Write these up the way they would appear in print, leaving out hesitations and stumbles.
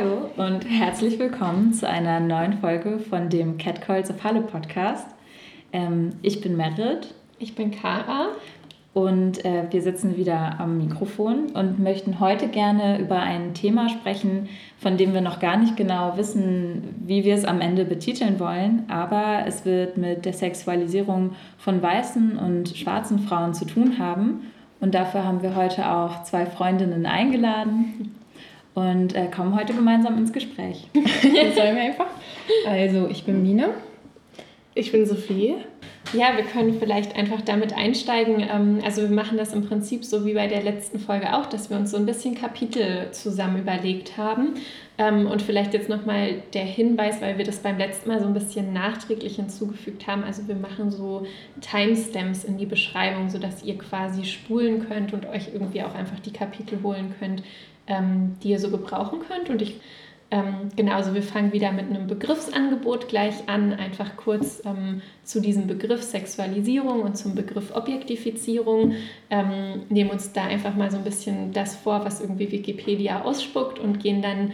Hallo und herzlich willkommen zu einer neuen Folge von dem Catcalls of Halle Podcast. Ich bin Merit. Ich bin Kara. Und wir sitzen wieder am Mikrofon und möchten heute gerne über ein Thema sprechen, von dem wir noch gar nicht genau wissen, wie wir es am Ende betiteln wollen. Aber es wird mit der Sexualisierung von weißen und schwarzen Frauen zu tun haben. Und dafür haben wir heute auch 2 Freundinnen eingeladen und kommen heute gemeinsam ins Gespräch. Jetzt sollen wir einfach. Also, ich bin Mina. Ich bin Sophie. Ja, wir können vielleicht einfach damit einsteigen. Also wir machen das im Prinzip so wie bei der letzten Folge auch, dass wir uns so ein bisschen Kapitel zusammen überlegt haben. Und vielleicht jetzt nochmal der Hinweis, weil wir das beim letzten Mal so ein bisschen nachträglich hinzugefügt haben. Also wir machen so Timestamps in die Beschreibung, sodass ihr quasi spulen könnt und euch irgendwie auch einfach die Kapitel holen könnt, die ihr so gebrauchen könnt. Und also wir fangen wieder mit einem Begriffsangebot gleich an, einfach kurz zu diesem Begriff Sexualisierung und zum Begriff Objektifizierung, nehmen uns da einfach mal so ein bisschen das vor, was irgendwie Wikipedia ausspuckt und gehen dann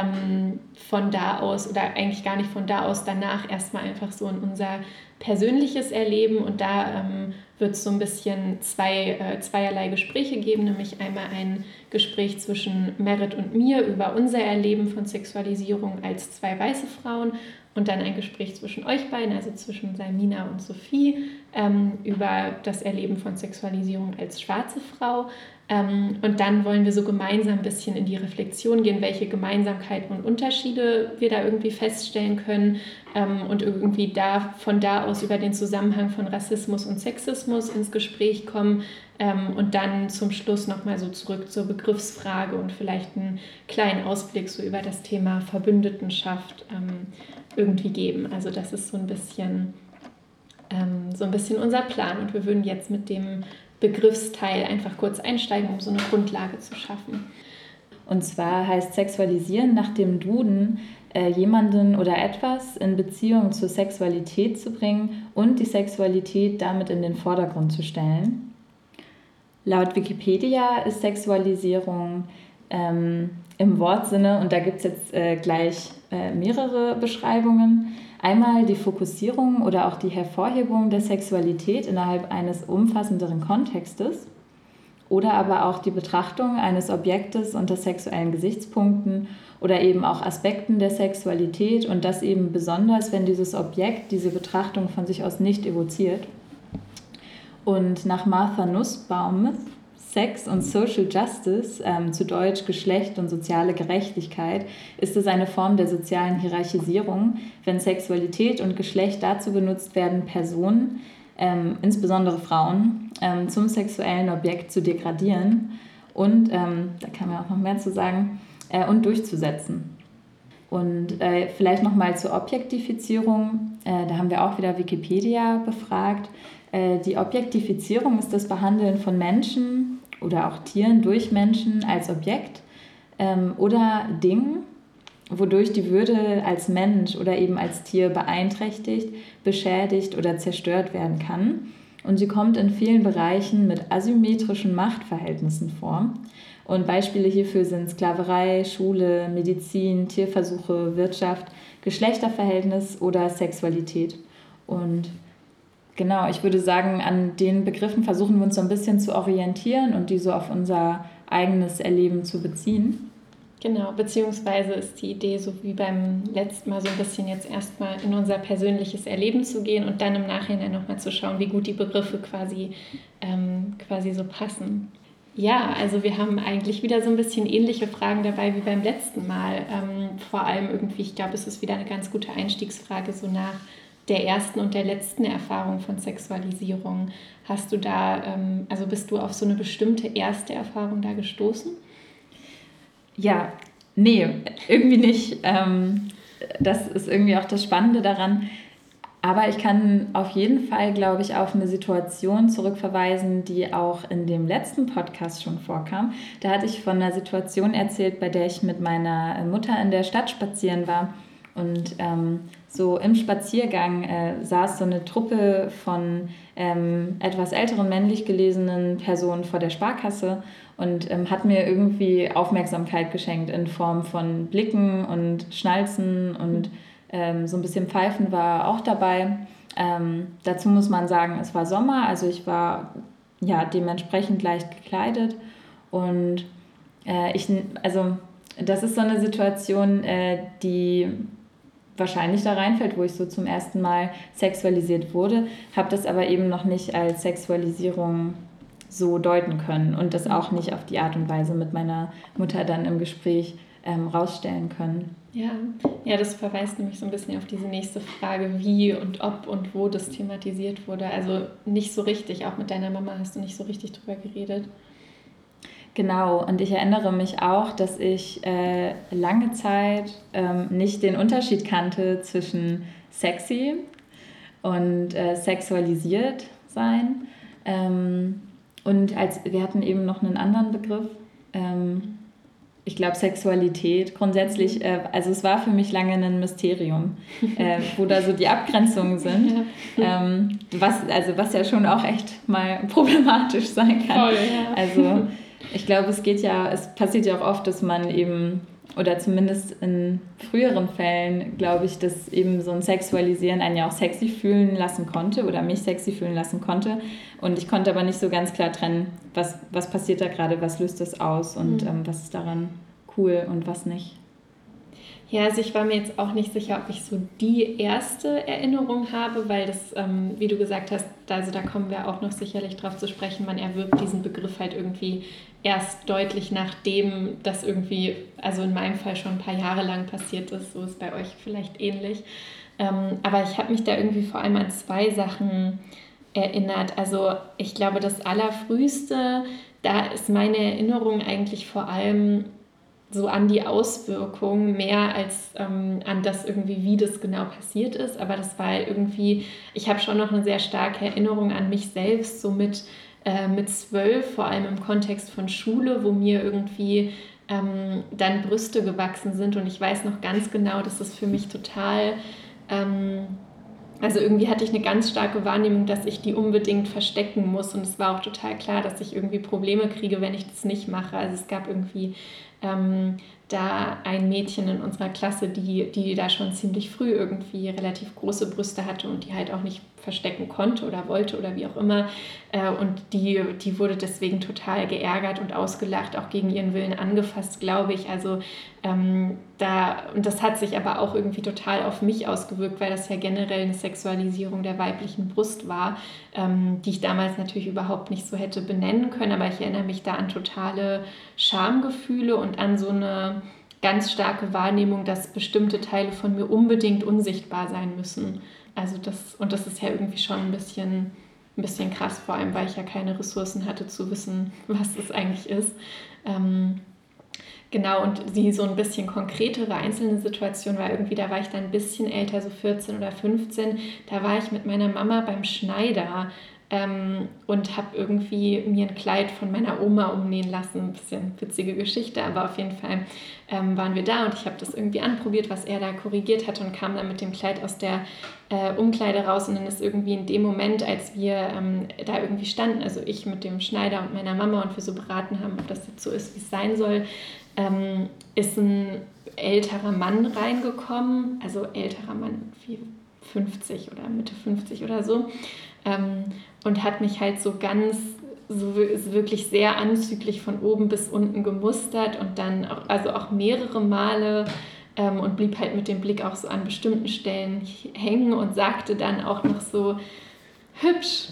von da aus oder eigentlich gar nicht von da aus danach erstmal einfach so in unser persönliches Erleben und da wird es so ein bisschen zweierlei Gespräche geben, nämlich einmal ein Gespräch zwischen Merit und mir über unser Erleben von Sexualisierung als 2 weiße Frauen und dann ein Gespräch zwischen euch beiden, also zwischen Salmina und Sophie, über das Erleben von Sexualisierung als schwarze Frau. Und dann wollen wir so gemeinsam ein bisschen in die Reflexion gehen, welche Gemeinsamkeiten und Unterschiede wir da irgendwie feststellen können und irgendwie von da aus über den Zusammenhang von Rassismus und Sexismus ins Gespräch kommen und dann zum Schluss nochmal so zurück zur Begriffsfrage und vielleicht einen kleinen Ausblick so über das Thema Verbündetenschaft irgendwie geben. Also das ist so ein bisschen unser Plan und wir würden jetzt mit dem Begriffsteil einfach kurz einsteigen, um so eine Grundlage zu schaffen. Und zwar heißt Sexualisieren nach dem Duden, jemanden oder etwas in Beziehung zur Sexualität zu bringen und die Sexualität damit in den Vordergrund zu stellen. Laut Wikipedia ist Sexualisierung im Wortsinne, und da gibt es jetzt gleich mehrere Beschreibungen, einmal die Fokussierung oder auch die Hervorhebung der Sexualität innerhalb eines umfassenderen Kontextes oder aber auch die Betrachtung eines Objektes unter sexuellen Gesichtspunkten oder eben auch Aspekten der Sexualität und das eben besonders, wenn dieses Objekt diese Betrachtung von sich aus nicht evoziert. Und nach Martha Nussbaum Sex und Social Justice, zu Deutsch Geschlecht und soziale Gerechtigkeit, ist es eine Form der sozialen Hierarchisierung, wenn Sexualität und Geschlecht dazu benutzt werden, Personen, insbesondere Frauen, zum sexuellen Objekt zu degradieren und, da kann man auch noch mehr zu sagen, und durchzusetzen. Und vielleicht nochmal zur Objektifizierung, da haben wir auch wieder Wikipedia befragt. Die Objektifizierung ist das Behandeln von Menschen oder auch Tieren durch Menschen als Objekt oder Ding, wodurch die Würde als Mensch oder eben als Tier beeinträchtigt, beschädigt oder zerstört werden kann. Und sie kommt in vielen Bereichen mit asymmetrischen Machtverhältnissen vor. Und Beispiele hierfür sind Sklaverei, Schule, Medizin, Tierversuche, Wirtschaft, Geschlechterverhältnis oder Sexualität. Und genau, ich würde sagen, an den Begriffen versuchen wir uns so ein bisschen zu orientieren und die so auf unser eigenes Erleben zu beziehen. Genau, beziehungsweise ist die Idee, so wie beim letzten Mal, so ein bisschen jetzt erstmal in unser persönliches Erleben zu gehen und dann im Nachhinein nochmal zu schauen, wie gut die Begriffe quasi so passen. Ja, also wir haben eigentlich wieder so ein bisschen ähnliche Fragen dabei wie beim letzten Mal. Vor allem irgendwie, ich glaube, es ist wieder eine ganz gute Einstiegsfrage, so nach der ersten und der letzten Erfahrung von Sexualisierung. Hast du da, bist du auf so eine bestimmte erste Erfahrung da gestoßen? Ja, nee, irgendwie nicht. Das ist irgendwie auch das Spannende daran. Aber ich kann auf jeden Fall, glaube ich, auf eine Situation zurückverweisen, die auch in dem letzten Podcast schon vorkam. Da hatte ich von einer Situation erzählt, bei der ich mit meiner Mutter in der Stadt spazieren war Und so im Spaziergang saß so eine Truppe von etwas älteren männlich gelesenen Personen vor der Sparkasse und hat mir irgendwie Aufmerksamkeit geschenkt in Form von Blicken und Schnalzen und so ein bisschen Pfeifen war auch dabei. Dazu muss man sagen, es war Sommer, also ich war ja dementsprechend leicht gekleidet und also das ist so eine Situation, die wahrscheinlich da reinfällt, wo ich so zum ersten Mal sexualisiert wurde, habe das aber eben noch nicht als Sexualisierung so deuten können und das auch nicht auf die Art und Weise mit meiner Mutter dann im Gespräch rausstellen können. Ja, das verweist nämlich so ein bisschen auf diese nächste Frage, wie und ob und wo das thematisiert wurde. Also nicht so richtig, auch mit deiner Mama hast du nicht so richtig drüber geredet. Genau, und ich erinnere mich auch, dass ich lange Zeit nicht den Unterschied kannte zwischen sexy und sexualisiert sein. Und wir hatten eben noch einen anderen Begriff. Ich glaube, Sexualität grundsätzlich, also es war für mich lange ein Mysterium, wo da so die Abgrenzungen sind, was ja schon auch echt mal problematisch sein kann. Voll, ja. Also ich glaube, es passiert ja auch oft, dass man eben, oder zumindest in früheren Fällen, glaube ich, dass eben so ein Sexualisieren einen ja auch sexy fühlen lassen konnte oder mich sexy fühlen lassen konnte. Und ich konnte aber nicht so ganz klar trennen, was passiert da gerade, was löst das aus und was ist daran cool und was nicht. Ja, also ich war mir jetzt auch nicht sicher, ob ich so die erste Erinnerung habe, weil das, wie du gesagt hast, also da kommen wir auch noch sicherlich drauf zu sprechen, man erwirbt diesen Begriff halt irgendwie erst deutlich nachdem das irgendwie, also in meinem Fall schon ein paar Jahre lang passiert ist, so ist bei euch vielleicht ähnlich. Aber ich habe mich da irgendwie vor allem an 2 Sachen erinnert. Also ich glaube, das Allerfrühste, da ist meine Erinnerung eigentlich vor allem so an die Auswirkungen mehr als an das irgendwie, wie das genau passiert ist. Aber das war irgendwie, ich habe schon noch eine sehr starke Erinnerung an mich selbst, so mit 12, vor allem im Kontext von Schule, wo mir irgendwie dann Brüste gewachsen sind. Und ich weiß noch ganz genau, dass es für mich total... Also irgendwie hatte ich eine ganz starke Wahrnehmung, dass ich die unbedingt verstecken muss. Und es war auch total klar, dass ich irgendwie Probleme kriege, wenn ich das nicht mache. Also es gab irgendwie da ein Mädchen in unserer Klasse, die da schon ziemlich früh irgendwie relativ große Brüste hatte und die halt auch nicht verstecken konnte oder wollte oder wie auch immer. Und die wurde deswegen total geärgert und ausgelacht, auch gegen ihren Willen angefasst, glaube ich. Also und das hat sich aber auch irgendwie total auf mich ausgewirkt, weil das ja generell eine Sexualisierung der weiblichen Brust war, die ich damals natürlich überhaupt nicht so hätte benennen können. Aber ich erinnere mich da an totale Schamgefühle und an so eine ganz starke Wahrnehmung, dass bestimmte Teile von mir unbedingt unsichtbar sein müssen. Also das ist ja irgendwie schon ein bisschen krass, vor allem weil ich ja keine Ressourcen hatte zu wissen, was das eigentlich ist. Genau, und die so ein bisschen konkretere einzelne Situation war irgendwie, da war ich dann ein bisschen älter, so 14 oder 15, da war ich mit meiner Mama beim Schneider und habe irgendwie mir ein Kleid von meiner Oma umnähen lassen. Ein bisschen witzige Geschichte, aber auf jeden Fall waren wir da und ich habe das irgendwie anprobiert, was er da korrigiert hat und kam dann mit dem Kleid aus der Umkleide raus und dann ist irgendwie in dem Moment, als wir da irgendwie standen, also ich mit dem Schneider und meiner Mama und wir so beraten haben, ob das jetzt so ist, wie es sein soll, ist ein älterer Mann reingekommen, also älterer Mann, wie 50 oder Mitte 50 oder so, und hat mich halt so wirklich sehr anzüglich von oben bis unten gemustert und dann auch mehrere Male und blieb halt mit dem Blick auch so an bestimmten Stellen hängen und sagte dann auch noch so, hübsch.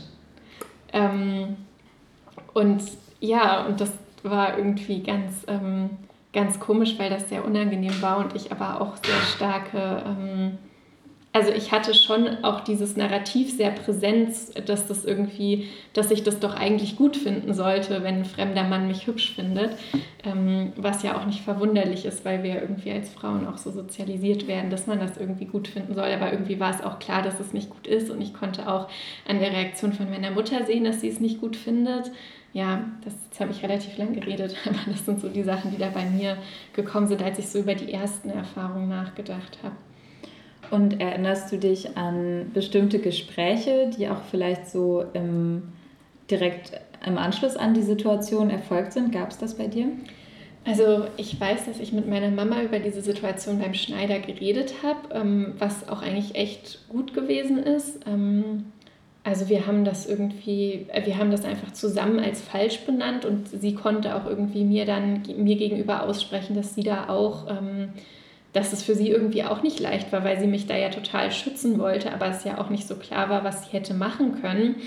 Und ja, und das war irgendwie ganz komisch, weil das sehr unangenehm war und ich aber auch sehr starke, also ich hatte schon auch dieses Narrativ sehr präsent, dass ich das doch eigentlich gut finden sollte, wenn ein fremder Mann mich hübsch findet, was ja auch nicht verwunderlich ist, weil wir irgendwie als Frauen auch so sozialisiert werden, dass man das irgendwie gut finden soll, aber irgendwie war es auch klar, dass es nicht gut ist und ich konnte auch an der Reaktion von meiner Mutter sehen, dass sie es nicht gut findet. Ja, jetzt habe ich relativ lang geredet, aber das sind so die Sachen, die da bei mir gekommen sind, als ich so über die ersten Erfahrungen nachgedacht habe. Und erinnerst du dich an bestimmte Gespräche, die auch vielleicht so direkt im Anschluss an die Situation erfolgt sind? Gab es das bei dir? Also ich weiß, dass ich mit meiner Mama über diese Situation beim Schneider geredet habe, was auch eigentlich echt gut gewesen ist. Also wir haben das einfach zusammen als falsch benannt und sie konnte auch irgendwie mir gegenüber aussprechen, dass sie da auch, dass es für sie irgendwie auch nicht leicht war, weil sie mich da ja total schützen wollte, aber es ja auch nicht so klar war, was sie hätte machen können.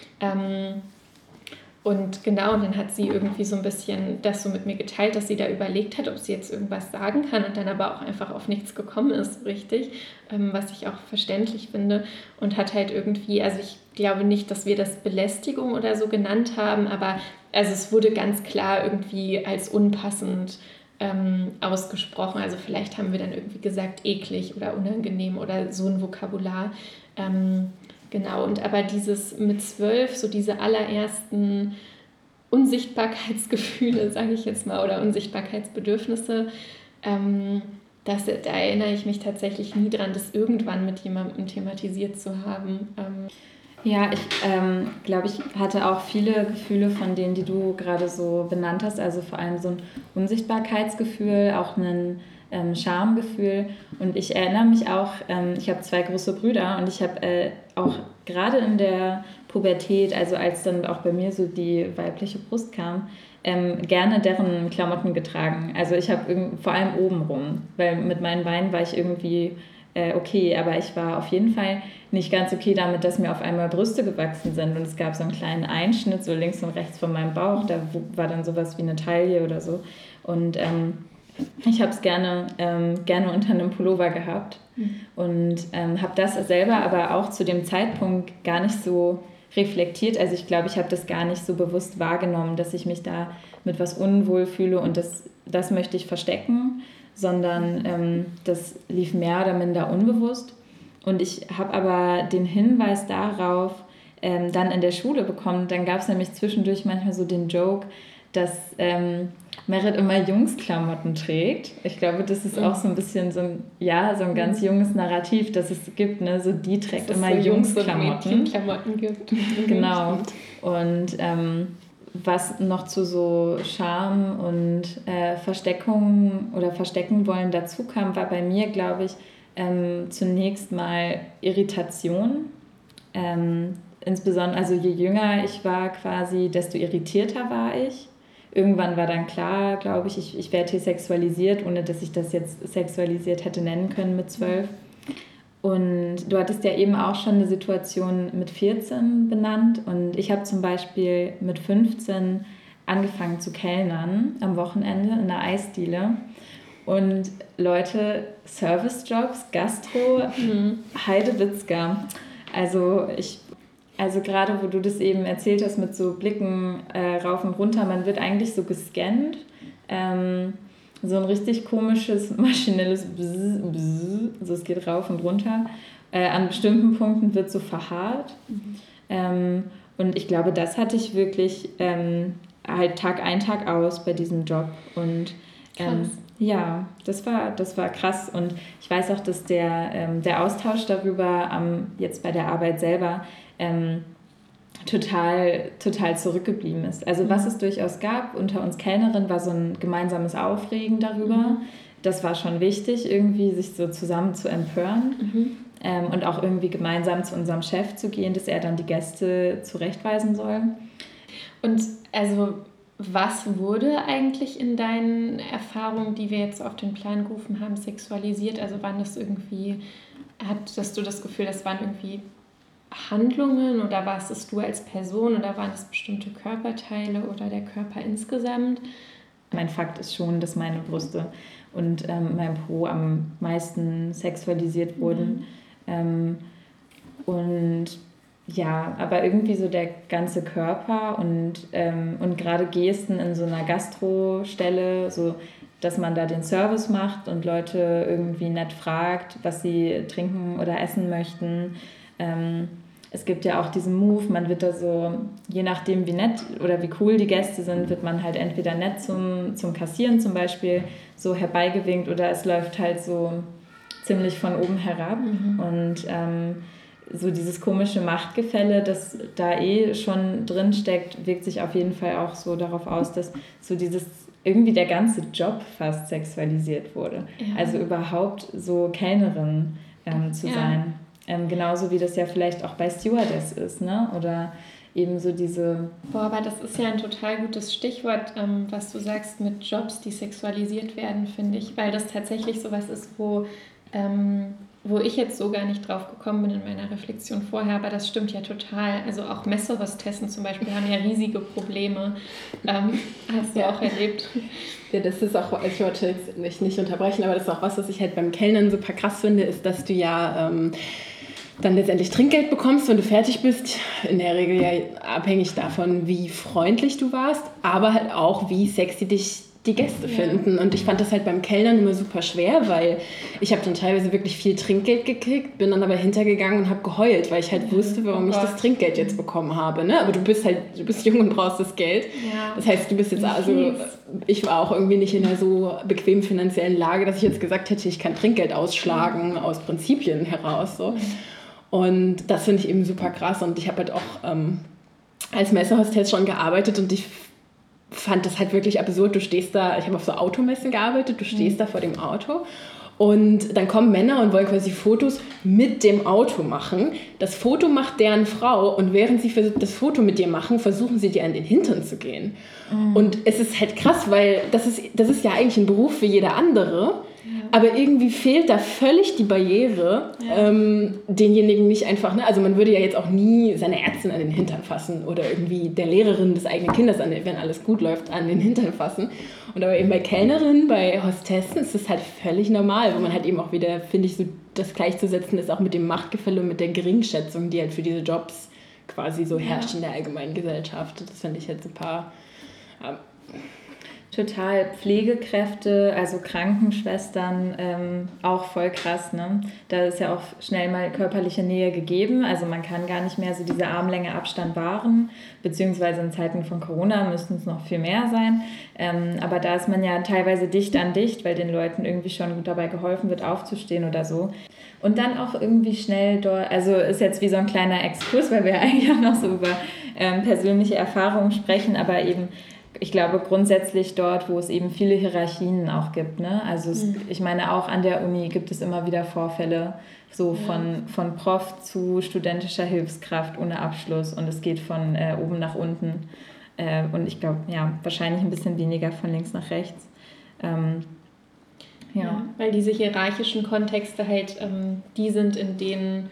Und genau, und dann hat sie irgendwie so ein bisschen das so mit mir geteilt, dass sie da überlegt hat, ob sie jetzt irgendwas sagen kann und dann aber auch einfach auf nichts gekommen ist, richtig, was ich auch verständlich finde. Und hat halt irgendwie, also ich glaube nicht, dass wir das Belästigung oder so genannt haben, aber also es wurde ganz klar irgendwie als unpassend ausgesprochen. Also vielleicht haben wir dann irgendwie gesagt, eklig oder unangenehm oder so ein Vokabular. Genau, und aber dieses mit 12, so diese allerersten Unsichtbarkeitsgefühle, sage ich jetzt mal, oder Unsichtbarkeitsbedürfnisse, da erinnere ich mich tatsächlich nie dran, das irgendwann mit jemandem thematisiert zu haben. Ja, ich glaube, ich hatte auch viele Gefühle von denen, die du gerade so benannt hast, also vor allem so ein Unsichtbarkeitsgefühl, auch ein Schamgefühl. Und ich erinnere mich auch, ich habe 2 große Brüder und ich habe auch gerade in der Pubertät, also als dann auch bei mir so die weibliche Brust kam, gerne deren Klamotten getragen. Also ich habe vor allem oben rum, weil mit meinen Beinen war ich irgendwie okay, aber ich war auf jeden Fall nicht ganz okay damit, dass mir auf einmal Brüste gewachsen sind und es gab so einen kleinen Einschnitt so links und rechts von meinem Bauch, da war dann sowas wie eine Taille oder so und ich habe es gerne unter einem Pullover gehabt und habe das selber aber auch zu dem Zeitpunkt gar nicht so reflektiert. Also ich glaube, ich habe das gar nicht so bewusst wahrgenommen, dass ich mich da mit was unwohl fühle und das möchte ich verstecken, sondern das lief mehr oder minder unbewusst. Und ich habe aber den Hinweis darauf dann in der Schule bekommen. Dann gab es nämlich zwischendurch manchmal so den Joke, dass Merit immer Jungsklamotten trägt. Ich glaube, das ist auch so ein bisschen so ein ganz junges Narrativ, das es gibt, ne? So die trägt immer so Jungsklamotten. Mädchenklamotten gibt. Genau. Und was noch zu so Scham und Versteckung oder Verstecken wollen dazu kam, war bei mir, glaube ich, zunächst mal Irritation. Insbesondere, also je jünger ich war quasi, desto irritierter war ich. Irgendwann war dann klar, glaube ich, ich werde hier sexualisiert, ohne dass ich das jetzt sexualisiert hätte nennen können mit 12. Und du hattest ja eben auch schon eine Situation mit 14 benannt. Und ich habe zum Beispiel mit 15 angefangen zu kellnern am Wochenende in einer Eisdiele. Und Leute, Servicejobs, Gastro, Heidewitzka. Also gerade, wo du das eben erzählt hast mit so Blicken rauf und runter, man wird eigentlich so gescannt. So ein richtig komisches, maschinelles Bzz, Bzz, so es geht rauf und runter. An bestimmten Punkten wird so verharrt. Und ich glaube, das hatte ich wirklich halt Tag ein, Tag aus bei diesem Job. Und ja, das war krass. Und ich weiß auch, dass der Austausch darüber jetzt bei der Arbeit selber total zurückgeblieben ist. Also was es durchaus gab unter uns Kellnerinnen, war so ein gemeinsames Aufregen darüber. Das war schon wichtig, irgendwie sich so zusammen zu empören und auch irgendwie gemeinsam zu unserem Chef zu gehen, dass er dann die Gäste zurechtweisen soll. Und also was wurde eigentlich in deinen Erfahrungen, die wir jetzt auf den Plan gerufen haben, sexualisiert? Also waren das irgendwie, hattest du das Gefühl, das waren irgendwie Handlungen oder warst es du als Person oder waren es bestimmte Körperteile oder der Körper insgesamt? Mein Fakt ist schon, dass meine Brüste und mein Po am meisten sexualisiert wurden. Und ja, aber irgendwie so der ganze Körper und gerade Gesten in so einer Gastrostelle, so dass man da den Service macht und Leute irgendwie nett fragt, was sie trinken oder essen möchten. Es gibt ja auch diesen Move, man wird da so, je nachdem wie nett oder wie cool die Gäste sind, wird man halt entweder nett zum Kassieren zum Beispiel so herbeigewinkt oder es läuft halt so ziemlich von oben herab. Und so dieses komische Machtgefälle, das da schon drin steckt, wirkt sich auf jeden Fall auch so darauf aus, dass so irgendwie der ganze Job fast sexualisiert wurde. Ja. Also überhaupt so Kellnerin zu sein. Genauso wie das ja vielleicht auch bei Stewardess ist, ne? Oder eben so diese... Aber das ist ja ein total gutes Stichwort, was du sagst mit Jobs, die sexualisiert werden, finde ich. Weil das tatsächlich sowas ist, wo ich jetzt so gar nicht drauf gekommen bin in meiner Reflexion vorher, aber das stimmt ja total. Also auch Messerhostessen zum Beispiel haben ja riesige Probleme. Hast du auch erlebt? Ja, das ist auch, ich wollte jetzt nicht unterbrechen, aber das ist auch was ich halt beim Kellnern super krass finde, ist, dass du ja dann letztendlich Trinkgeld bekommst, wenn du fertig bist. In der Regel ja abhängig davon, wie freundlich du warst, aber halt auch, wie sexy dich die Gäste finden. Und ich fand das halt beim Kellnern immer super schwer, weil ich habe dann teilweise wirklich viel Trinkgeld gekriegt, bin dann aber hintergegangen und habe geheult, weil ich halt wusste, warum ich das Trinkgeld jetzt bekommen habe. Ne? Aber du bist jung und brauchst das Geld. Ja. Das heißt, du bist jetzt ich war auch irgendwie nicht in einer so bequemen finanziellen Lage, dass ich jetzt gesagt hätte, ich kann Trinkgeld ausschlagen aus Prinzipien heraus. So. Und das finde ich eben super krass. Und ich habe halt auch als Messehostess schon gearbeitet und ich fand das halt wirklich absurd. Du stehst da, ich habe auf so Automessen gearbeitet, du stehst da vor dem Auto und dann kommen Männer und wollen quasi Fotos mit dem Auto machen. Das Foto macht deren Frau und während sie das Foto mit dir machen, versuchen sie dir an den Hintern zu gehen. Und es ist halt krass, weil das ist ja eigentlich ein Beruf wie jeder andere. Aber irgendwie fehlt da völlig die Barriere, denjenigen nicht einfach, ne? Also man würde ja jetzt auch nie seine Ärztin an den Hintern fassen oder irgendwie der Lehrerin des eigenen Kindes, wenn alles gut läuft, an den Hintern fassen. Und aber eben bei Kellnerinnen, bei Hostessen ist das halt völlig normal, wo man halt eben auch wieder, finde ich, so das gleichzusetzen ist auch mit dem Machtgefälle und mit der Geringschätzung, die halt für diese Jobs quasi so herrscht in der allgemeinen Gesellschaft. Das finde ich halt super... Total. Pflegekräfte, also Krankenschwestern, auch voll krass, ne? Da ist ja auch schnell mal körperliche Nähe gegeben, also man kann gar nicht mehr so diese Armlänge Abstand wahren, beziehungsweise in Zeiten von Corona müssten es noch viel mehr sein, aber da ist man ja teilweise dicht an dicht, weil den Leuten irgendwie schon gut dabei geholfen wird, aufzustehen oder so. Und dann auch irgendwie schnell dort, also ist jetzt wie so ein kleiner Exkurs, weil wir eigentlich auch noch so über persönliche Erfahrungen sprechen, aber eben ich glaube grundsätzlich dort, wo es eben viele Hierarchien auch gibt. Ne? Also ich meine, auch an der Uni gibt es immer wieder Vorfälle, so von Prof zu studentischer Hilfskraft ohne Abschluss und es geht von oben nach unten. Und ich glaube, wahrscheinlich ein bisschen weniger von links nach rechts. Weil diese hierarchischen Kontexte halt die sind, in denen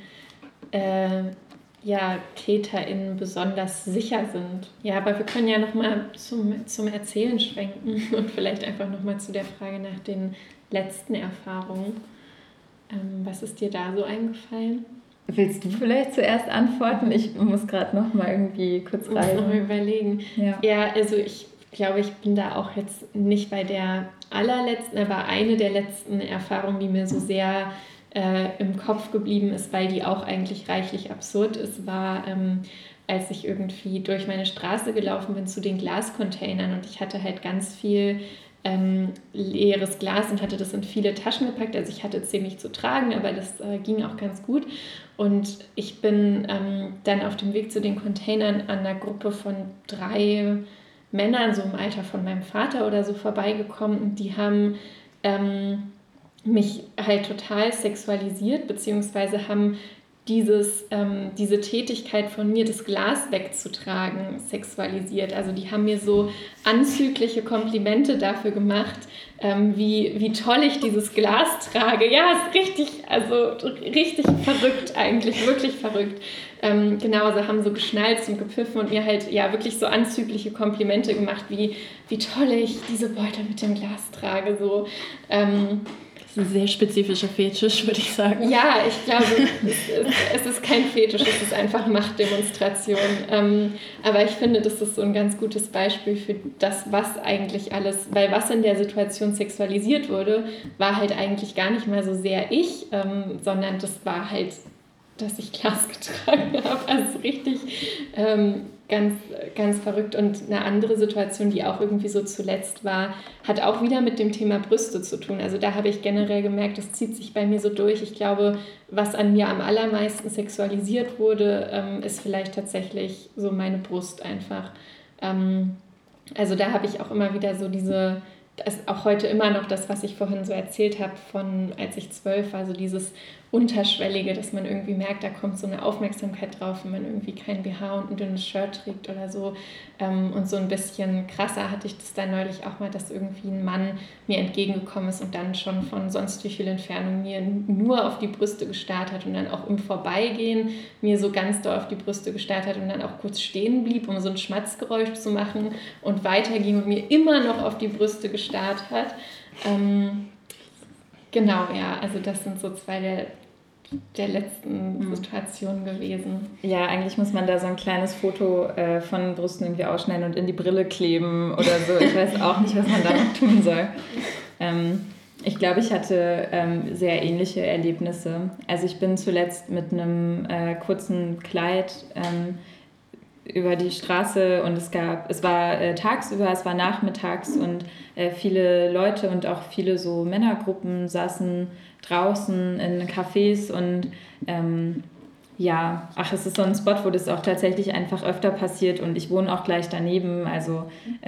TäterInnen besonders sicher sind. Ja, aber wir können ja nochmal zum Erzählen schwenken und vielleicht einfach nochmal zu der Frage nach den letzten Erfahrungen. Was ist dir da so eingefallen? Willst du vielleicht zuerst antworten? Ich muss gerade nochmal irgendwie kurz rein. Ich muss nochmal überlegen. Ja, also ich glaube, ich bin da auch jetzt nicht bei der allerletzten, aber eine der letzten Erfahrungen, die mir so sehr im Kopf geblieben ist, weil die auch eigentlich reichlich absurd ist, war, als ich irgendwie durch meine Straße gelaufen bin zu den Glascontainern und ich hatte halt ganz viel leeres Glas und hatte das in viele Taschen gepackt. Also ich hatte ziemlich zu tragen, aber das ging auch ganz gut. Und ich bin dann auf dem Weg zu den Containern an einer Gruppe von 3 Männern, so im Alter von meinem Vater oder so, vorbeigekommen und die haben mich halt total sexualisiert, beziehungsweise haben diese Tätigkeit von mir, das Glas wegzutragen, sexualisiert. Also die haben mir so anzügliche Komplimente dafür gemacht, wie toll ich dieses Glas trage. Ja, ist richtig verrückt eigentlich, wirklich verrückt. Genau, sie haben so geschnalzt und gepfiffen und mir halt wirklich so anzügliche Komplimente gemacht, wie toll ich diese Beutel mit dem Glas trage. So, ein sehr spezifischer Fetisch, würde ich sagen. Ja, ich glaube, es ist kein Fetisch, es ist einfach Machtdemonstration. Aber ich finde, das ist so ein ganz gutes Beispiel für das, was eigentlich alles, weil was in der Situation sexualisiert wurde, war halt eigentlich gar nicht mal so sehr ich, sondern das war halt dass ich Glas getragen habe. Also richtig ganz, ganz verrückt. Und eine andere Situation, die auch irgendwie so zuletzt war, hat auch wieder mit dem Thema Brüste zu tun. Also da habe ich generell gemerkt, das zieht sich bei mir so durch. Ich glaube, was an mir am allermeisten sexualisiert wurde, ist vielleicht tatsächlich so meine Brust einfach. Also da habe ich auch immer wieder so diese, das ist auch heute immer noch das, was ich vorhin so erzählt habe, von als ich 12 war, so dieses Unterschwellige, dass man irgendwie merkt, da kommt so eine Aufmerksamkeit drauf, wenn man irgendwie kein BH und ein dünnes Shirt trägt oder so. Und so ein bisschen krasser hatte ich das dann neulich auch mal, dass irgendwie ein Mann mir entgegengekommen ist und dann schon von sonst wie viel Entfernung mir nur auf die Brüste gestarrt hat und dann auch im Vorbeigehen mir so ganz doll auf die Brüste gestarrt hat und dann auch kurz stehen blieb, um so ein Schmatzgeräusch zu machen und weiterging und mir immer noch auf die Brüste gestarrt hat. Genau, ja, also das sind so zwei der letzten Situationen gewesen. Ja, eigentlich muss man da so ein kleines Foto von Brüsten irgendwie ausschneiden und in die Brille kleben oder so. Ich weiß auch nicht, was man da noch tun soll. Ich glaube, ich hatte sehr ähnliche Erlebnisse. Also ich bin zuletzt mit einem kurzen Kleid über die Straße und es war tagsüber, es war nachmittags und viele Leute und auch viele so Männergruppen saßen draußen in Cafés und es ist so ein Spot, wo das auch tatsächlich einfach öfter passiert und ich wohne auch gleich daneben, also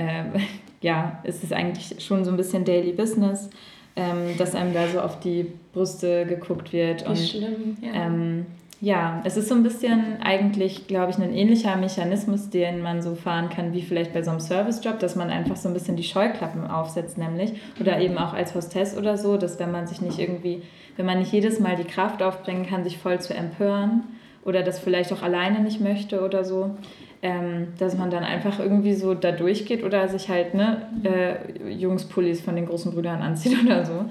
es ist eigentlich schon so ein bisschen Daily Business, dass einem da so auf die Brüste geguckt wird. Wie schlimm, ja. Ja, es ist so ein bisschen eigentlich, glaube ich, ein ähnlicher Mechanismus, den man so fahren kann, wie vielleicht bei so einem Servicejob, dass man einfach so ein bisschen die Scheuklappen aufsetzt, nämlich. Oder eben auch als Hostess oder so, dass wenn man nicht jedes Mal die Kraft aufbringen kann, sich voll zu empören oder das vielleicht auch alleine nicht möchte oder so, dass man dann einfach irgendwie so da durchgeht oder sich halt Jungspullis von den großen Brüdern anzieht oder so.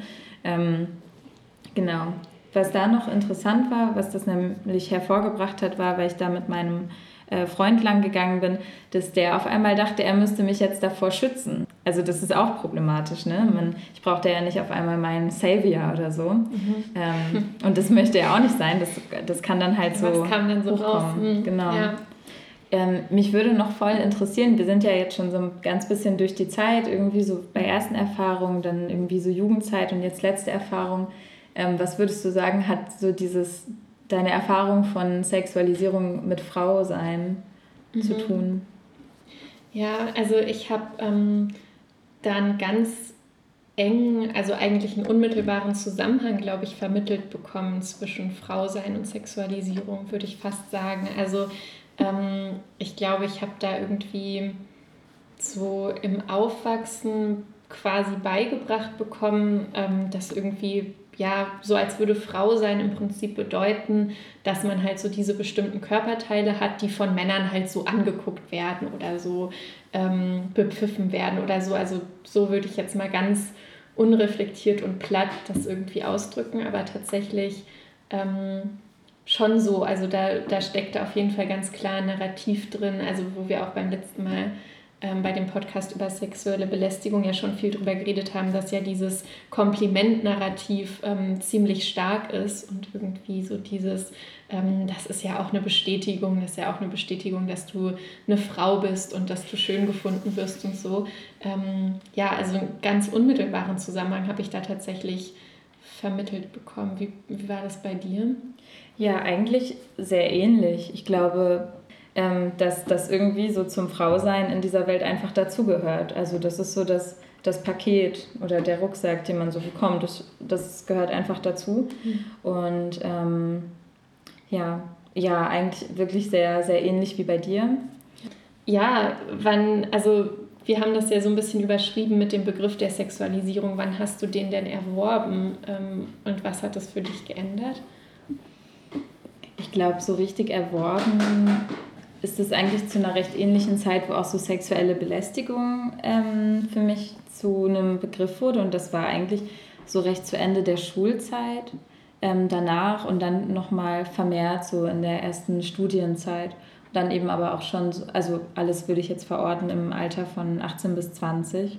Genau. Was da noch interessant war, was das nämlich hervorgebracht hat, war, weil ich da mit meinem Freund lang gegangen bin, dass der auf einmal dachte, er müsste mich jetzt davor schützen. Also das ist auch problematisch, ne? Ich brauchte ja nicht auf einmal meinen Savior oder so. Und das möchte er auch nicht sein. Das kann dann halt so was kam dann so raus? Genau. Ja. Mich würde noch voll interessieren, wir sind ja jetzt schon so ein ganz bisschen durch die Zeit, irgendwie so bei ersten Erfahrungen, dann irgendwie so Jugendzeit und jetzt letzte Erfahrung. Was würdest du sagen, hat so deine Erfahrung von Sexualisierung mit Frau sein zu tun? Ja, also ich habe dann ganz eng, also eigentlich einen unmittelbaren Zusammenhang, glaube ich, vermittelt bekommen zwischen Frausein und Sexualisierung, würde ich fast sagen. Also ich glaube, ich habe da irgendwie so im Aufwachsen quasi beigebracht bekommen, dass irgendwie so als würde Frau sein im Prinzip bedeuten, dass man halt so diese bestimmten Körperteile hat, die von Männern halt so angeguckt werden oder so bepfiffen werden oder so. Also so würde ich jetzt mal ganz unreflektiert und platt das irgendwie ausdrücken, aber tatsächlich schon so. Also da steckt auf jeden Fall ganz klar ein Narrativ drin, also wo wir auch beim letzten Mal bei dem Podcast über sexuelle Belästigung ja schon viel drüber geredet haben, dass ja dieses Kompliment-Narrativ ziemlich stark ist und irgendwie so dieses, das ist ja auch eine Bestätigung, dass du eine Frau bist und dass du schön gefunden wirst und so. Also einen ganz unmittelbaren Zusammenhang habe ich da tatsächlich vermittelt bekommen. Wie war das bei dir? Ja, eigentlich sehr ähnlich. Ich glaube, dass das irgendwie so zum Frausein in dieser Welt einfach dazugehört. Also das ist so das Paket oder der Rucksack, den man so bekommt, das gehört einfach dazu. Und eigentlich wirklich sehr, sehr ähnlich wie bei dir. Ja, wir haben das ja so ein bisschen überschrieben mit dem Begriff der Sexualisierung. Wann hast du den denn erworben und was hat das für dich geändert? Ich glaube, so richtig erworben ist es eigentlich zu einer recht ähnlichen Zeit, wo auch so sexuelle Belästigung für mich zu einem Begriff wurde. Und das war eigentlich so recht zu Ende der Schulzeit, danach und dann nochmal vermehrt so in der ersten Studienzeit. Und dann eben aber auch schon, also alles würde ich jetzt verorten im Alter von 18 bis 20.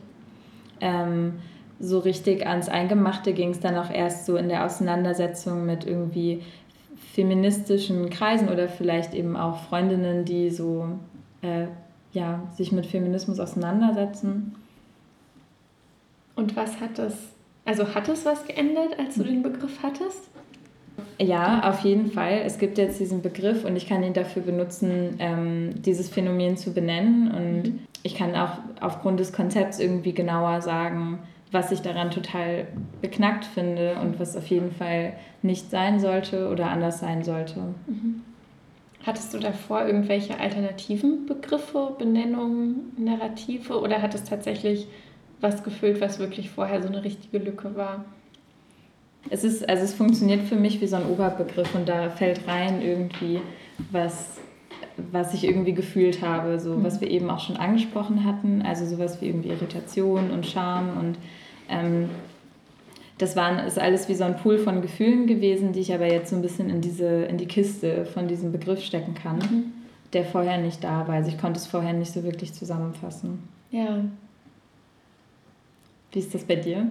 So richtig ans Eingemachte ging es dann auch erst so in der Auseinandersetzung mit irgendwie feministischen Kreisen oder vielleicht eben auch Freundinnen, die so sich mit Feminismus auseinandersetzen. Und was hat es was geändert, als du den Begriff hattest? Ja, auf jeden Fall. Es gibt jetzt diesen Begriff und ich kann ihn dafür benutzen, dieses Phänomen zu benennen. Und ich kann auch aufgrund des Konzepts irgendwie genauer sagen, was ich daran total beknackt finde und was auf jeden Fall nicht sein sollte oder anders sein sollte. Hattest du davor irgendwelche alternativen Begriffe, Benennungen, Narrative oder hat es tatsächlich was gefüllt, was wirklich vorher so eine richtige Lücke war? Es funktioniert für mich wie so ein Oberbegriff und da fällt rein irgendwie was ich irgendwie gefühlt habe, so was wir eben auch schon angesprochen hatten, also sowas wie irgendwie Irritation und Scham und das ist alles wie so ein Pool von Gefühlen gewesen, die ich aber jetzt so ein bisschen in die Kiste von diesem Begriff stecken kann, der vorher nicht da war. Also ich konnte es vorher nicht so wirklich zusammenfassen. Ja. Wie ist das bei dir?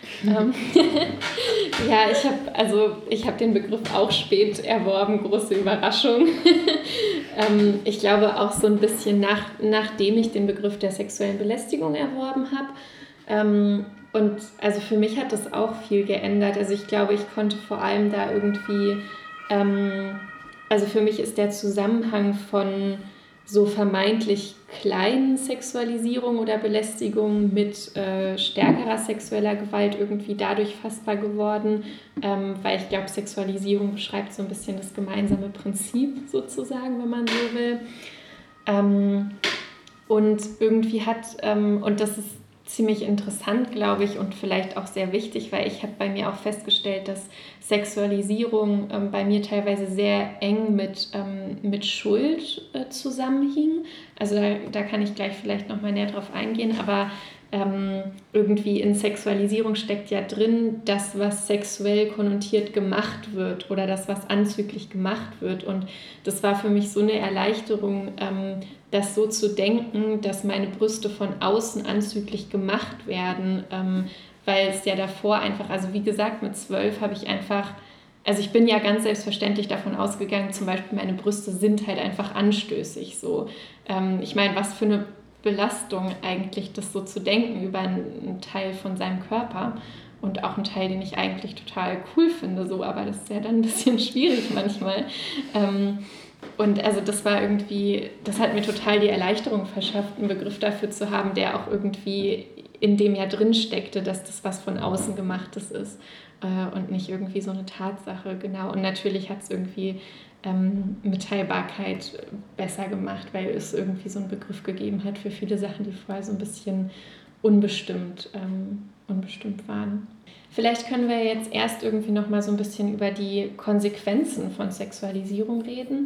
Ja, ich habe den Begriff auch spät erworben, große Überraschung. Ich glaube auch so ein bisschen nachdem ich den Begriff der sexuellen Belästigung erworben habe. Und also für mich hat das auch viel geändert. Also ich glaube, ich konnte vor allem da irgendwie, also für mich ist der Zusammenhang von so vermeintlich kleinen Sexualisierung oder Belästigung mit stärkerer sexueller Gewalt irgendwie dadurch fassbar geworden, weil ich glaube, Sexualisierung beschreibt so ein bisschen das gemeinsame Prinzip sozusagen, wenn man so will. Und irgendwie und das ist ziemlich interessant, glaube ich, und vielleicht auch sehr wichtig, weil ich habe bei mir auch festgestellt, dass Sexualisierung bei mir teilweise sehr eng mit Schuld zusammenhing. Also da kann ich gleich vielleicht nochmal näher drauf eingehen, aber irgendwie in Sexualisierung steckt ja drin, das, was sexuell konnotiert gemacht wird oder das, was anzüglich gemacht wird. Und das war für mich so eine Erleichterung, das so zu denken, dass meine Brüste von außen anzüglich gemacht werden, weil es ja davor einfach, also wie gesagt, mit 12 habe ich einfach, also ich bin ja ganz selbstverständlich davon ausgegangen, zum Beispiel meine Brüste sind halt einfach anstößig so. Ich meine, was für eine Belastung eigentlich, das so zu denken über einen Teil von seinem Körper und auch einen Teil, den ich eigentlich total cool finde, so, aber das ist ja dann ein bisschen schwierig manchmal. Und also das war irgendwie, das hat mir total die Erleichterung verschafft, einen Begriff dafür zu haben, der auch irgendwie in dem ja drin steckte, dass das was von außen gemachtes ist und nicht irgendwie so eine Tatsache, genau. Und natürlich hat es irgendwie Mitteilbarkeit besser gemacht, weil es irgendwie so einen Begriff gegeben hat für viele Sachen, die vorher so ein bisschen unbestimmt waren. Vielleicht können wir jetzt erst irgendwie noch mal so ein bisschen über die Konsequenzen von Sexualisierung reden.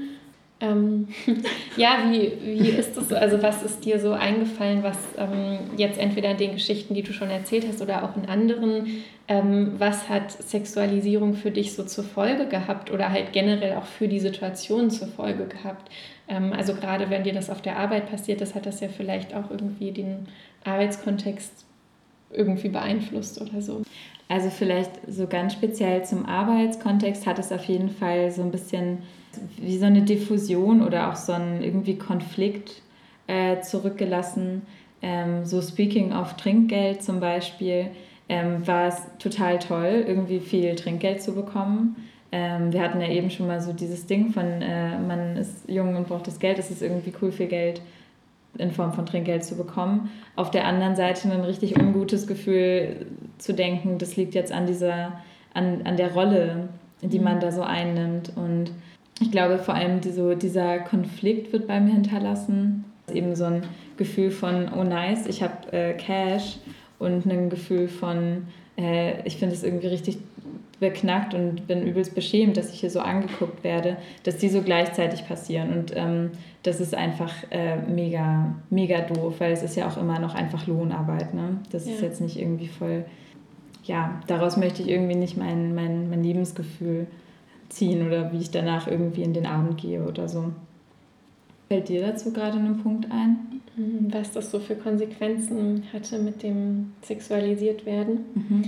Ja, wie ist das? Also was ist dir so eingefallen, was jetzt entweder in den Geschichten, die du schon erzählt hast oder auch in anderen, was hat Sexualisierung für dich so zur Folge gehabt oder halt generell auch für die Situation zur Folge gehabt? Also gerade wenn dir das auf der Arbeit passiert ist, hat das ja vielleicht auch irgendwie den Arbeitskontext irgendwie beeinflusst oder so. Also vielleicht so ganz speziell zum Arbeitskontext hat es auf jeden Fall so ein bisschen wie so eine Diffusion oder auch so ein irgendwie Konflikt zurückgelassen. So speaking of Trinkgeld zum Beispiel, war es total toll, irgendwie viel Trinkgeld zu bekommen. Wir hatten ja eben schon mal so dieses Ding von, man ist jung und braucht das Geld, es ist irgendwie cool, viel Geld in Form von Trinkgeld zu bekommen. Auf der anderen Seite ein richtig ungutes Gefühl zu denken, das liegt jetzt an der Rolle, die man da so einnimmt. Und ich glaube vor allem dieser Konflikt wird bei mir hinterlassen. Eben so ein Gefühl von, oh nice, ich habe Cash und ein Gefühl von, ich finde es irgendwie richtig beknackt und bin übelst beschämt, dass ich hier so angeguckt werde, dass die so gleichzeitig passieren. Und das ist einfach mega, mega doof, weil es ist ja auch immer noch einfach Lohnarbeit. Ne? Das ist jetzt nicht irgendwie voll, ja, daraus möchte ich irgendwie nicht mein Lebensgefühl ziehen oder wie ich danach irgendwie in den Abend gehe oder so. Fällt dir dazu gerade ein Punkt ein? Was das so für Konsequenzen hatte mit dem Sexualisiert werden?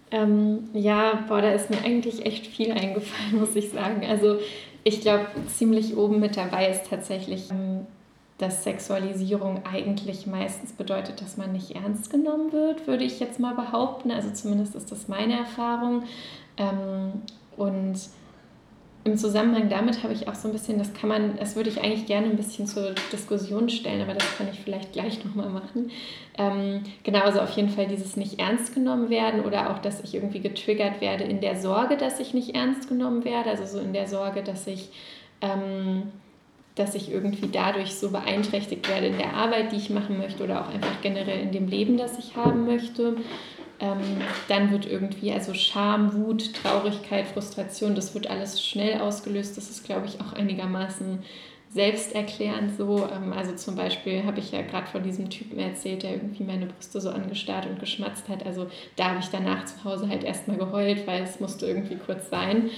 Da ist mir eigentlich echt viel eingefallen, muss ich sagen. Also ich glaube, ziemlich oben mit dabei ist tatsächlich, dass Sexualisierung eigentlich meistens bedeutet, dass man nicht ernst genommen wird, würde ich jetzt mal behaupten. Also zumindest ist das meine Erfahrung. Und im Zusammenhang damit habe ich auch so ein bisschen, das würde ich eigentlich gerne ein bisschen zur Diskussion stellen, aber das kann ich vielleicht gleich nochmal machen. Genau, also auf jeden Fall dieses nicht ernst genommen werden oder auch, dass ich irgendwie getriggert werde in der Sorge, dass ich nicht ernst genommen werde, also so in der Sorge, dass ich irgendwie dadurch so beeinträchtigt werde in der Arbeit, die ich machen möchte oder auch einfach generell in dem Leben, das ich haben möchte. Dann wird irgendwie, also Scham, Wut, Traurigkeit, Frustration, das wird alles schnell ausgelöst. Das ist, glaube ich, auch einigermaßen selbsterklärend so. Also zum Beispiel habe ich ja gerade von diesem Typen erzählt, der irgendwie meine Brüste so angestarrt und geschmatzt hat. Also da habe ich danach zu Hause halt erstmal geheult, weil es musste irgendwie kurz sein.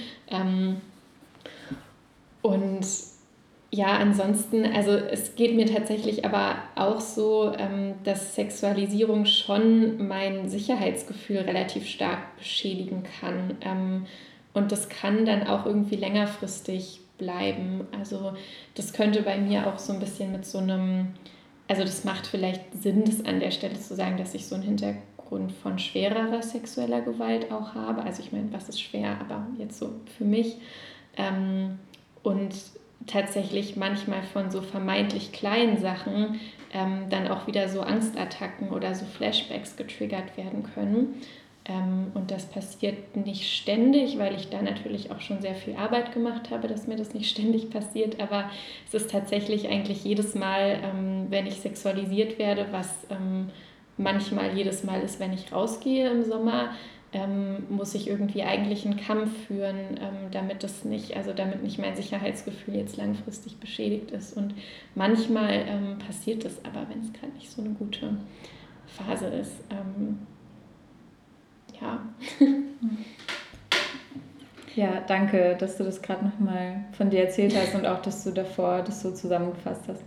Und ja, ansonsten, also es geht mir tatsächlich aber auch so, dass Sexualisierung schon mein Sicherheitsgefühl relativ stark beschädigen kann. Und das kann dann auch irgendwie längerfristig bleiben. Also das könnte bei mir auch so ein bisschen mit so einem, also das macht vielleicht Sinn, das an der Stelle zu sagen, dass ich so einen Hintergrund von schwererer sexueller Gewalt auch habe. Also ich meine, was ist schwer, aber jetzt so für mich. Und tatsächlich manchmal von so vermeintlich kleinen Sachen dann auch wieder so Angstattacken oder so Flashbacks getriggert werden können. Und das passiert nicht ständig, weil ich da natürlich auch schon sehr viel Arbeit gemacht habe, dass mir das nicht ständig passiert. Aber es ist tatsächlich eigentlich jedes Mal, wenn ich sexualisiert werde, was manchmal jedes Mal ist, wenn ich rausgehe im Sommer, muss ich irgendwie eigentlich einen Kampf führen, damit nicht mein Sicherheitsgefühl jetzt langfristig beschädigt ist. Und manchmal passiert das aber, wenn es gerade nicht so eine gute Phase ist. Ja, danke, dass du das gerade nochmal von dir erzählt hast und auch, dass du davor das so zusammengefasst hast.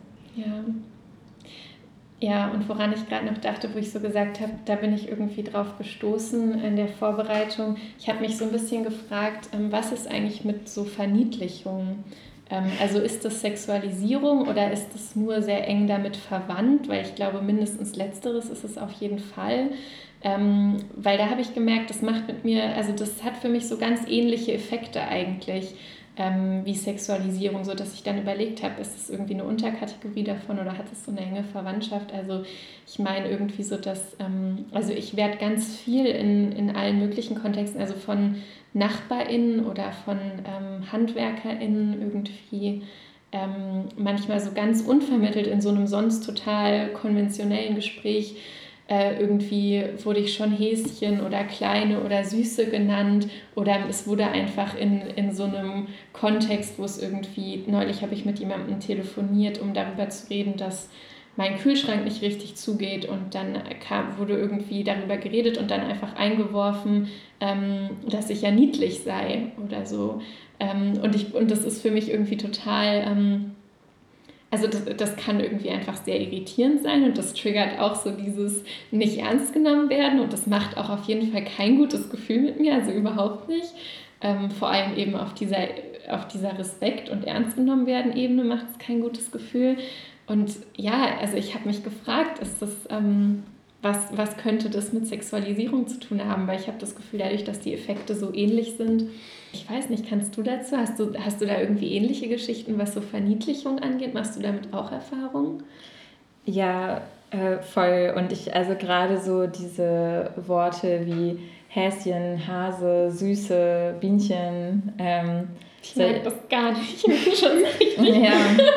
Ja, und woran ich gerade noch dachte, wo ich so gesagt habe, da bin ich irgendwie drauf gestoßen in der Vorbereitung. Ich habe mich so ein bisschen gefragt, was ist eigentlich mit so Verniedlichung? Also ist das Sexualisierung oder ist das nur sehr eng damit verwandt? Weil ich glaube, mindestens Letzteres ist es auf jeden Fall. Weil da habe ich gemerkt, das macht mit mir, also das hat für mich so ganz ähnliche Effekte eigentlich wie Sexualisierung, so dass ich dann überlegt habe, ist es irgendwie eine Unterkategorie davon oder hat es so eine enge Verwandtschaft? Also ich meine irgendwie so, dass, also ich werde ganz viel in allen möglichen Kontexten, also von NachbarInnen oder von HandwerkerInnen irgendwie manchmal so ganz unvermittelt in so einem sonst total konventionellen Gespräch irgendwie wurde ich schon Häschen oder Kleine oder Süße genannt oder es wurde einfach in so einem Kontext, wo es irgendwie, neulich habe ich mit jemandem telefoniert, um darüber zu reden, dass mein Kühlschrank nicht richtig zugeht und dann wurde irgendwie darüber geredet und dann einfach eingeworfen, dass ich ja niedlich sei oder so. Und das ist für mich irgendwie total... Also das kann irgendwie einfach sehr irritierend sein und das triggert auch so dieses nicht ernst genommen werden und das macht auch auf jeden Fall kein gutes Gefühl mit mir, also überhaupt nicht. Vor allem eben auf dieser Respekt- und ernst genommen werden Ebene macht es kein gutes Gefühl. Und ja, also ich habe mich gefragt, ist das, was könnte das mit Sexualisierung zu tun haben? Weil ich habe das Gefühl, dadurch, dass die Effekte so ähnlich sind, ich weiß nicht, kannst du dazu, hast du da irgendwie ähnliche Geschichten, was so Verniedlichung angeht? Machst du damit auch Erfahrungen? Ja, voll. Und also gerade so diese Worte wie Häschen, Hase, Süße, Bienchen. Ich mag das gar nicht. Ich bin schon so richtig.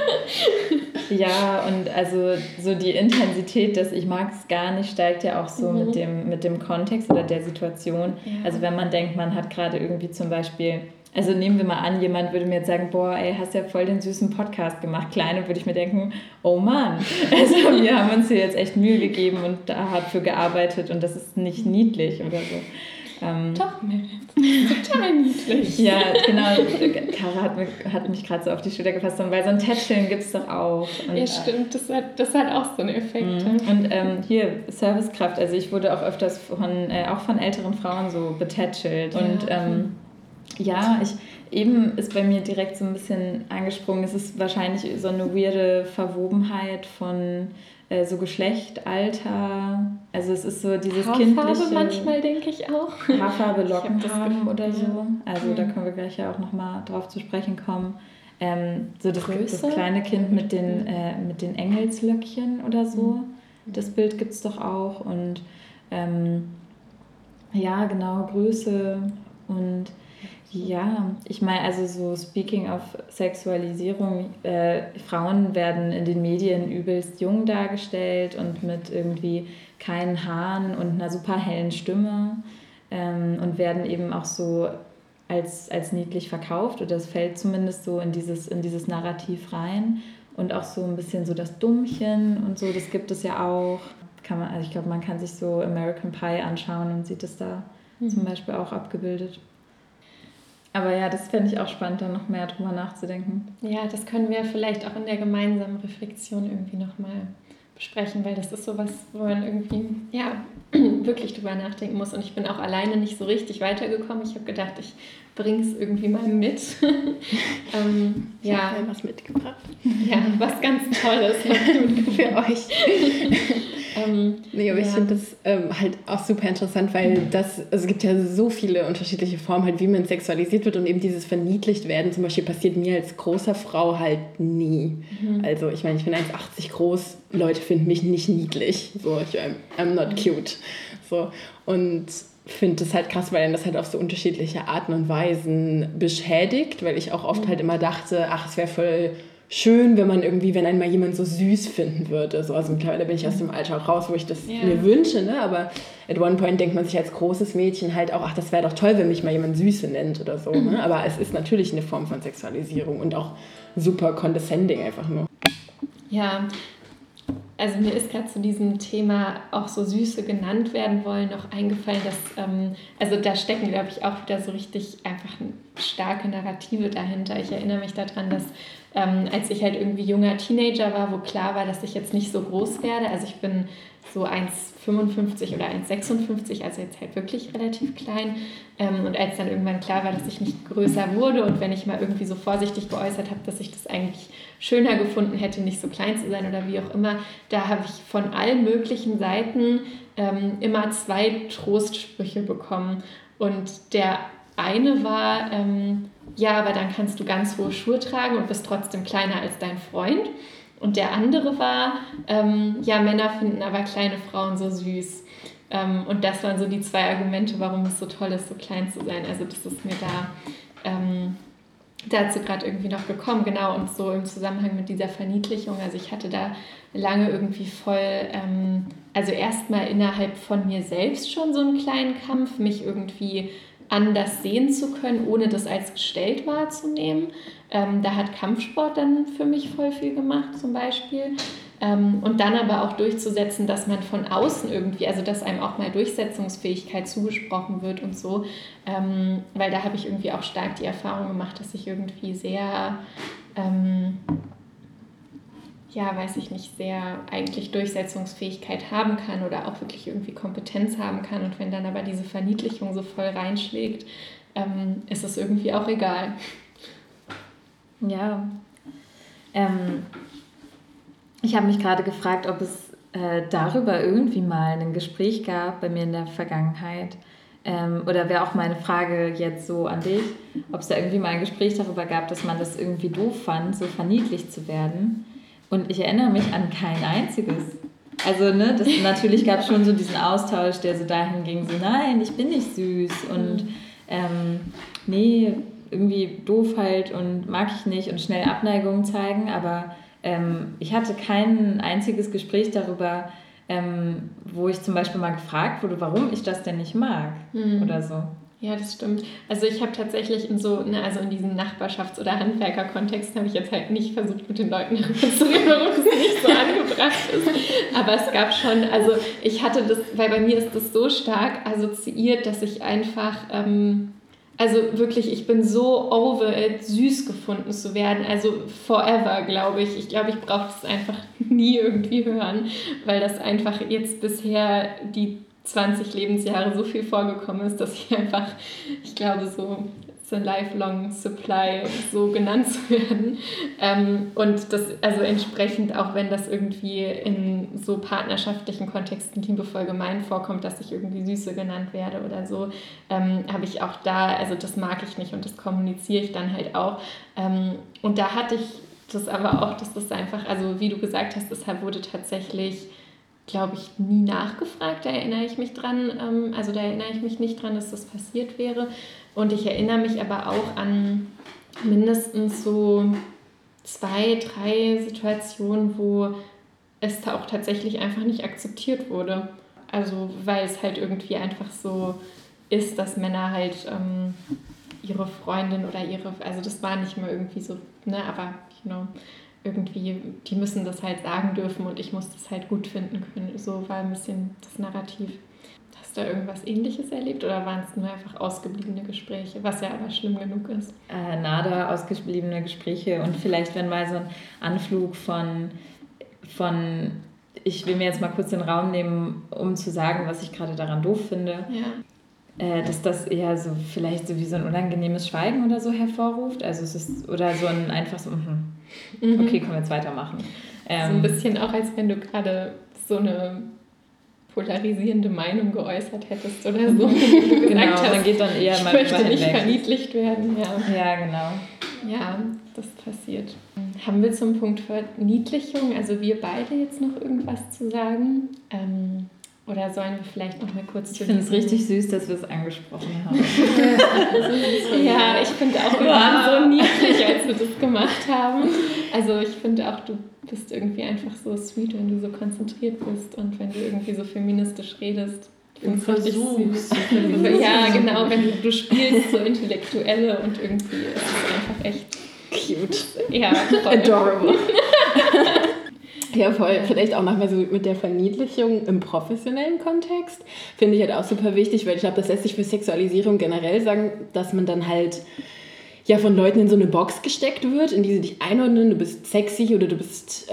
Ja, und also so die Intensität des Ich mag es gar nicht steigt ja auch so mit dem Kontext oder der Situation. Ja. Also wenn man denkt, man hat gerade irgendwie zum Beispiel, also nehmen wir mal an, jemand würde mir jetzt sagen, boah, ey, hast ja voll den süßen Podcast gemacht, Kleine, würde ich mir denken, oh Mann, also wir haben uns hier jetzt echt Mühe gegeben und da hart für gearbeitet und das ist nicht niedlich oder so. Doch, Miriam. Total niedlich. Ja, genau. Kara hat mich gerade so auf die Schulter gefasst, weil so ein Tätscheln gibt es doch auch. Und, ja, stimmt. Das hat auch so einen Effekt. Und hier, Servicekraft. Also ich wurde auch öfters auch von älteren Frauen so betätschelt. Ja. Und eben ist bei mir direkt so ein bisschen angesprungen, es ist wahrscheinlich so eine weirde Verwobenheit von so Geschlecht, Alter, also es ist so dieses Haarfarbe kindliche... manchmal, denke ich auch. Haarfarbe, Lockenfarben oder so. Ja. Also da können wir gleich ja auch nochmal drauf zu sprechen kommen. So das Größe? kleine Kind mit den Engelslöckchen oder so. Das Bild gibt es doch auch. Und ja, genau, Größe und ja, ich meine, also so speaking of Sexualisierung, Frauen werden in den Medien übelst jung dargestellt und mit irgendwie keinen Haaren und einer super hellen Stimme und werden eben auch so als niedlich verkauft, oder es fällt zumindest so in dieses Narrativ rein. Und auch so ein bisschen so das Dummchen und so, das gibt es ja auch. Also ich glaube, man kann sich so American Pie anschauen und sieht es da zum Beispiel auch abgebildet. Aber ja, das fände ich auch spannend, da noch mehr drüber nachzudenken. Ja, das können wir vielleicht auch in der gemeinsamen Reflexion irgendwie nochmal besprechen, weil das ist sowas, wo man irgendwie wirklich drüber nachdenken muss. Und ich bin auch alleine nicht so richtig weitergekommen. Ich habe gedacht, ich bringe es irgendwie mal mit. Ich habe was mitgebracht. Ja, was ganz Tolles für euch. Ich finde das halt auch super interessant, weil es gibt ja so viele unterschiedliche Formen, halt, wie man sexualisiert wird, und eben dieses verniedlicht werden zum Beispiel passiert mir als großer Frau halt nie. Also ich meine, ich bin 1,80 groß, Leute finden mich nicht niedlich, so, I'm not cute. So, und finde das halt krass, weil dann das halt auf so unterschiedliche Arten und Weisen beschädigt, weil ich auch oft halt immer dachte, ach, es wäre voll schön, wenn einen mal jemand so süß finden würde. So, also mittlerweile bin ich aus dem Alter raus, wo ich das mir wünsche, ne? Aber at one point denkt man sich als großes Mädchen halt auch, ach, das wäre doch toll, wenn mich mal jemand Süße nennt oder so. Ne? Aber es ist natürlich eine Form von Sexualisierung und auch super condescending einfach nur. Ja, also mir ist gerade zu diesem Thema auch so Süße genannt werden wollen noch eingefallen, dass, also da stecken, glaube ich, auch wieder so richtig einfach starke Narrative dahinter. Ich erinnere mich daran, dass als ich halt irgendwie junger Teenager war, wo klar war, dass ich jetzt nicht so groß werde, also ich bin so 1,55 oder 1,56, also jetzt halt wirklich relativ klein. Und als dann irgendwann klar war, dass ich nicht größer wurde und wenn ich mal irgendwie so vorsichtig geäußert habe, dass ich das eigentlich schöner gefunden hätte, nicht so klein zu sein oder wie auch immer, da habe ich von allen möglichen Seiten immer 2 Trostsprüche bekommen. Und der eine war, ja, aber dann kannst du ganz hohe Schuhe tragen und bist trotzdem kleiner als dein Freund. Und der andere war, ja, Männer finden aber kleine Frauen so süß. Und das waren so die 2 Argumente, warum es so toll ist, so klein zu sein. Also das ist mir dazu gerade irgendwie noch gekommen, genau, und so im Zusammenhang mit dieser Verniedlichung. Also ich hatte da lange irgendwie voll, also erstmal innerhalb von mir selbst schon so einen kleinen Kampf, mich irgendwie anders sehen zu können, ohne das als gestellt wahrzunehmen. Da hat Kampfsport dann für mich voll viel gemacht zum Beispiel. Und dann aber auch durchzusetzen, dass man von außen irgendwie, also dass einem auch mal Durchsetzungsfähigkeit zugesprochen wird und so. Weil da habe ich irgendwie auch stark die Erfahrung gemacht, dass ich irgendwie sehr, sehr eigentlich Durchsetzungsfähigkeit haben kann oder auch wirklich irgendwie Kompetenz haben kann. Und wenn dann aber diese Verniedlichung so voll reinschlägt, ist es irgendwie auch egal. Ja, ich habe mich gerade gefragt, ob es darüber irgendwie mal ein Gespräch gab bei mir in der Vergangenheit. Oder wäre auch meine Frage jetzt so an dich, ob es da irgendwie mal ein Gespräch darüber gab, dass man das irgendwie doof fand, so verniedlicht zu werden. Und ich erinnere mich an kein einziges. Also, ne, natürlich gab es schon so diesen Austausch, der so dahin ging, so, nein, ich bin nicht süß und nee, irgendwie doof halt und mag ich nicht und schnell Abneigung zeigen, aber ich hatte kein einziges Gespräch darüber, wo ich zum Beispiel mal gefragt wurde, warum ich das denn nicht mag oder so. Ja, das stimmt. Also ich habe tatsächlich in so, also in diesen Nachbarschafts- oder Handwerkerkontext habe ich jetzt halt nicht versucht, mit den Leuten darüber zu reden, warum es nicht so angebracht ist. Aber es gab schon, also ich hatte das, weil bei mir ist das so stark assoziiert, dass ich einfach, also wirklich, ich bin so over it, süß gefunden zu werden. Also forever, glaube ich. Ich glaube, ich brauche das einfach nie irgendwie hören, weil das einfach jetzt bisher die 20 Lebensjahre so viel vorgekommen ist, dass ich einfach, ich glaube, so it's a lifelong supply, so genannt zu werden. Und das, also entsprechend, auch wenn das irgendwie in so partnerschaftlichen Kontexten liebevoll gemein vorkommt, dass ich irgendwie Süße genannt werde oder so, habe ich auch da, also das mag ich nicht und das kommuniziere ich dann halt auch. Und da hatte ich das aber auch, dass das einfach, also wie du gesagt hast, deshalb wurde tatsächlich, glaube ich, nie nachgefragt, da erinnere ich mich dran, also da erinnere ich mich nicht dran, dass das passiert wäre. Und ich erinnere mich aber auch an mindestens so 2, 3 Situationen, wo es da auch tatsächlich einfach nicht akzeptiert wurde. Also weil es halt irgendwie einfach so ist, dass Männer halt ihre Freundin oder also das war nicht mal irgendwie so, ne, aber irgendwie, die müssen das halt sagen dürfen und ich muss das halt gut finden können. So war ein bisschen das Narrativ. Hast du da irgendwas Ähnliches erlebt oder waren es nur einfach ausgebliebene Gespräche, was ja aber schlimm genug ist? Nada, ausgebliebene Gespräche und vielleicht, wenn mal so ein Anflug von ich will mir jetzt mal kurz den Raum nehmen, um zu sagen, was ich gerade daran doof finde. Ja. Dass das eher so vielleicht so wie so ein unangenehmes Schweigen oder so hervorruft. Also es ist, oder so ein einfach so, okay, können wir jetzt weitermachen. So ein bisschen auch, als wenn du gerade so eine polarisierende Meinung geäußert hättest oder so. Genau, dann geht dann eher mal ich möchte nicht verniedlicht werden. Ja, genau. Ja, das passiert. Haben wir zum Punkt Verniedlichung, also wir beide jetzt noch irgendwas zu sagen? Oder sollen wir vielleicht noch mal kurz zu Ich finde es richtig süß, dass wir es angesprochen haben. Ja, ich finde auch, wir waren so niedlich, als wir das gemacht haben. Also ich finde auch, du bist irgendwie einfach so sweet, wenn du so konzentriert bist und wenn du irgendwie so feministisch redest. Und versuchst. Ja, genau, wenn du spielst so Intellektuelle und irgendwie ist es einfach echt cute. Ja, voll. Adorable. Ja, voll. Vielleicht auch nochmal so mit der Verniedlichung im professionellen Kontext. Finde ich halt auch super wichtig, weil ich glaube, das lässt sich für Sexualisierung generell sagen, dass man dann halt ja von Leuten in so eine Box gesteckt wird, in die sie dich einordnen, du bist sexy oder du bist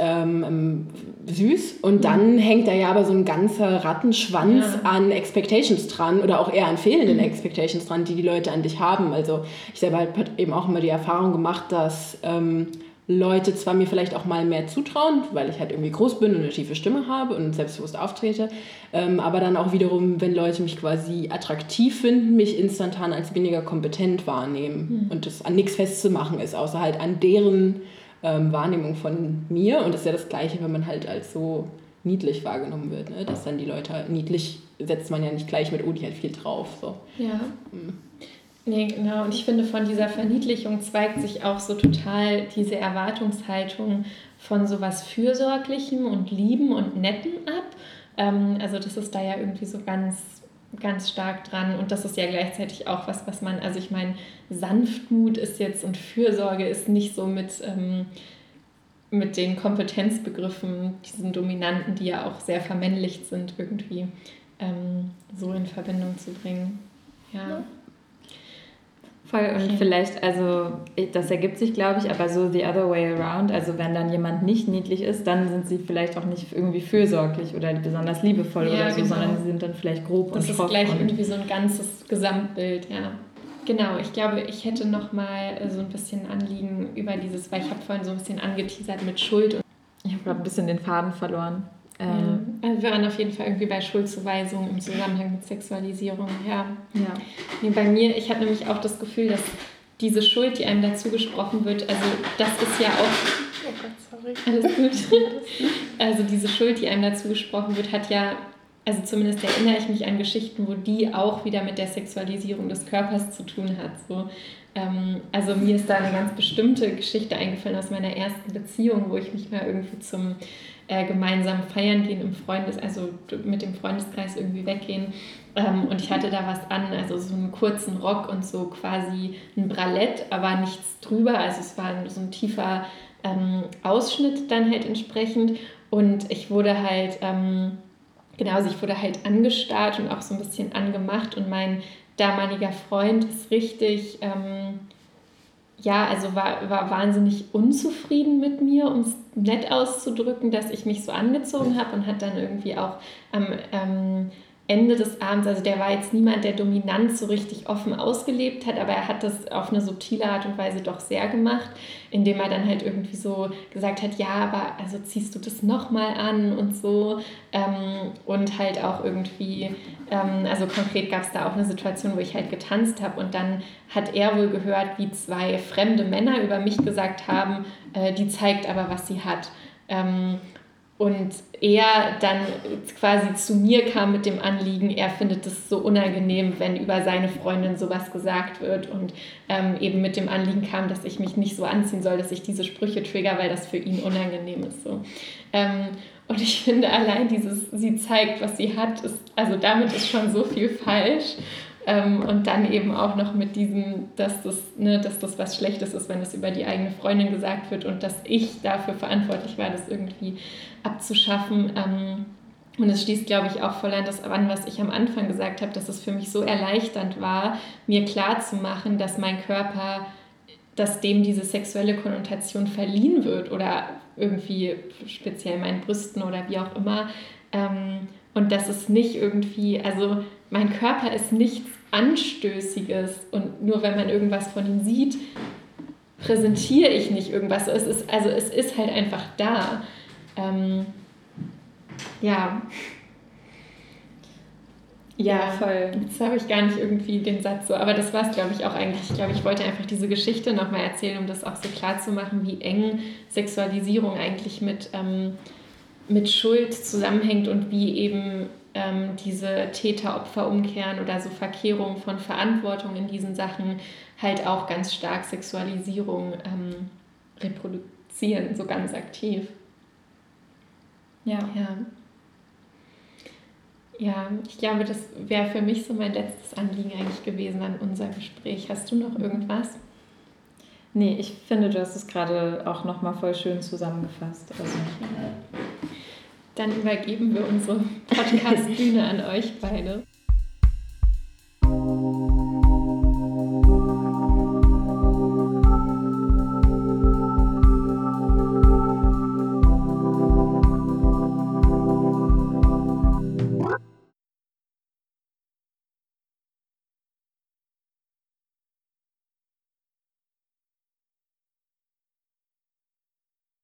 süß und dann hängt da ja aber so ein ganzer Rattenschwanz an Expectations dran oder auch eher an fehlenden Expectations dran, die Leute an dich haben. Also ich selber habe eben auch immer die Erfahrung gemacht, dass Leute zwar mir vielleicht auch mal mehr zutrauen, weil ich halt irgendwie groß bin und eine tiefe Stimme habe und selbstbewusst auftrete, aber dann auch wiederum, wenn Leute mich quasi attraktiv finden, mich instantan als weniger kompetent wahrnehmen und das an nichts festzumachen ist, außer halt an deren Wahrnehmung von mir. Und das ist ja das Gleiche, wenn man halt als so niedlich wahrgenommen wird, ne? Dass dann die Leute, niedlich setzt man ja nicht gleich mit, oh, die hat viel drauf. So. Ja. Nee, genau. Und ich finde, von dieser Verniedlichung zweigt sich auch so total diese Erwartungshaltung von sowas Fürsorglichem und Lieben und Netten ab. Also das ist da ja irgendwie so ganz, ganz stark dran. Und das ist ja gleichzeitig auch was man, also ich meine, Sanftmut ist jetzt und Fürsorge ist nicht so mit den Kompetenzbegriffen, diesen Dominanten, die ja auch sehr vermännlicht sind, irgendwie so in Verbindung zu bringen. Ja. Voll, und vielleicht, also das ergibt sich, glaube ich, aber so the other way around, also wenn dann jemand nicht niedlich ist, dann sind sie vielleicht auch nicht irgendwie fürsorglich oder besonders liebevoll oder so, sondern sie sind dann vielleicht grob und schroff. Das ist gleich irgendwie so ein ganzes Gesamtbild, ja. Genau, ich glaube, ich hätte noch mal so ein bisschen Anliegen über dieses, weil ich habe vorhin so ein bisschen angeteasert mit Schuld. Ich habe gerade ein bisschen den Faden verloren. Also wir waren auf jeden Fall irgendwie bei Schuldzuweisungen im Zusammenhang mit Sexualisierung, ja. Nee, bei mir, ich habe nämlich auch das Gefühl, dass diese Schuld, die einem dazu gesprochen wird, also das ist ja auch... Oh Gott, sorry. Alles gut. Also diese Schuld, die einem dazu gesprochen wird, hat ja, also zumindest erinnere ich mich an Geschichten, wo die auch wieder mit der Sexualisierung des Körpers zu tun hat. So. Also mir ist da eine ganz bestimmte Geschichte eingefallen aus meiner ersten Beziehung, wo ich mich mal irgendwie zum gemeinsamen Feiern gehen also mit dem Freundeskreis irgendwie weggehen. Und ich hatte da was an, also so einen kurzen Rock und so quasi ein Bralett, aber nichts drüber. Also es war so ein tiefer Ausschnitt dann halt entsprechend. Und ich wurde halt, ich wurde halt angestarrt und auch so ein bisschen angemacht. Und mein damaliger Freund ist richtig, war wahnsinnig unzufrieden mit mir, um es nett auszudrücken, dass ich mich so angezogen habe und hat dann irgendwie auch am Ende des Abends, also der war jetzt niemand, der Dominanz so richtig offen ausgelebt hat, aber er hat das auf eine subtile Art und Weise doch sehr gemacht, indem er dann halt irgendwie so gesagt hat, ja, aber also ziehst du das nochmal an und so und halt auch irgendwie, also konkret gab es da auch eine Situation, wo ich halt getanzt habe und dann hat er wohl gehört, wie 2 fremde Männer über mich gesagt haben, die zeigt aber, was sie hat. Und er dann quasi zu mir kam mit dem Anliegen, er findet es so unangenehm, wenn über seine Freundin sowas gesagt wird und eben mit dem Anliegen kam, dass ich mich nicht so anziehen soll, dass ich diese Sprüche trigger, weil das für ihn unangenehm ist. So. Und ich finde allein sie zeigt, was sie hat, also damit ist schon so viel falsch. Und dann eben auch noch mit diesem, dass das was Schlechtes ist, wenn es über die eigene Freundin gesagt wird und dass ich dafür verantwortlich war, das irgendwie abzuschaffen. Und es schließt, glaube ich, auch voll an das an, was ich am Anfang gesagt habe, dass es für mich so erleichternd war, mir klarzumachen, dass mein Körper, dass dem diese sexuelle Konnotation verliehen wird oder irgendwie speziell meinen Brüsten oder wie auch immer. Und dass es nicht irgendwie, also mein Körper ist nichts Anstößiges und nur wenn man irgendwas von ihm sieht, präsentiere ich nicht irgendwas. Es ist halt einfach da. Ja, voll. Jetzt habe ich gar nicht irgendwie den Satz so, aber das war es, glaube ich, auch eigentlich. Ich glaube, ich wollte einfach diese Geschichte nochmal erzählen, um das auch so klar zu machen, wie eng Sexualisierung eigentlich mit Schuld zusammenhängt und wie eben diese Täter-Opfer umkehren oder so Verkehrung von Verantwortung in diesen Sachen halt auch ganz stark Sexualisierung reproduzieren, so ganz aktiv. Ja, ich glaube, das wäre für mich so mein letztes Anliegen eigentlich gewesen an unser Gespräch. Hast du noch irgendwas? Nee, ich finde, du hast es gerade auch nochmal voll schön zusammengefasst. Also. Dann übergeben wir unsere Podcast-Bühne an euch beide.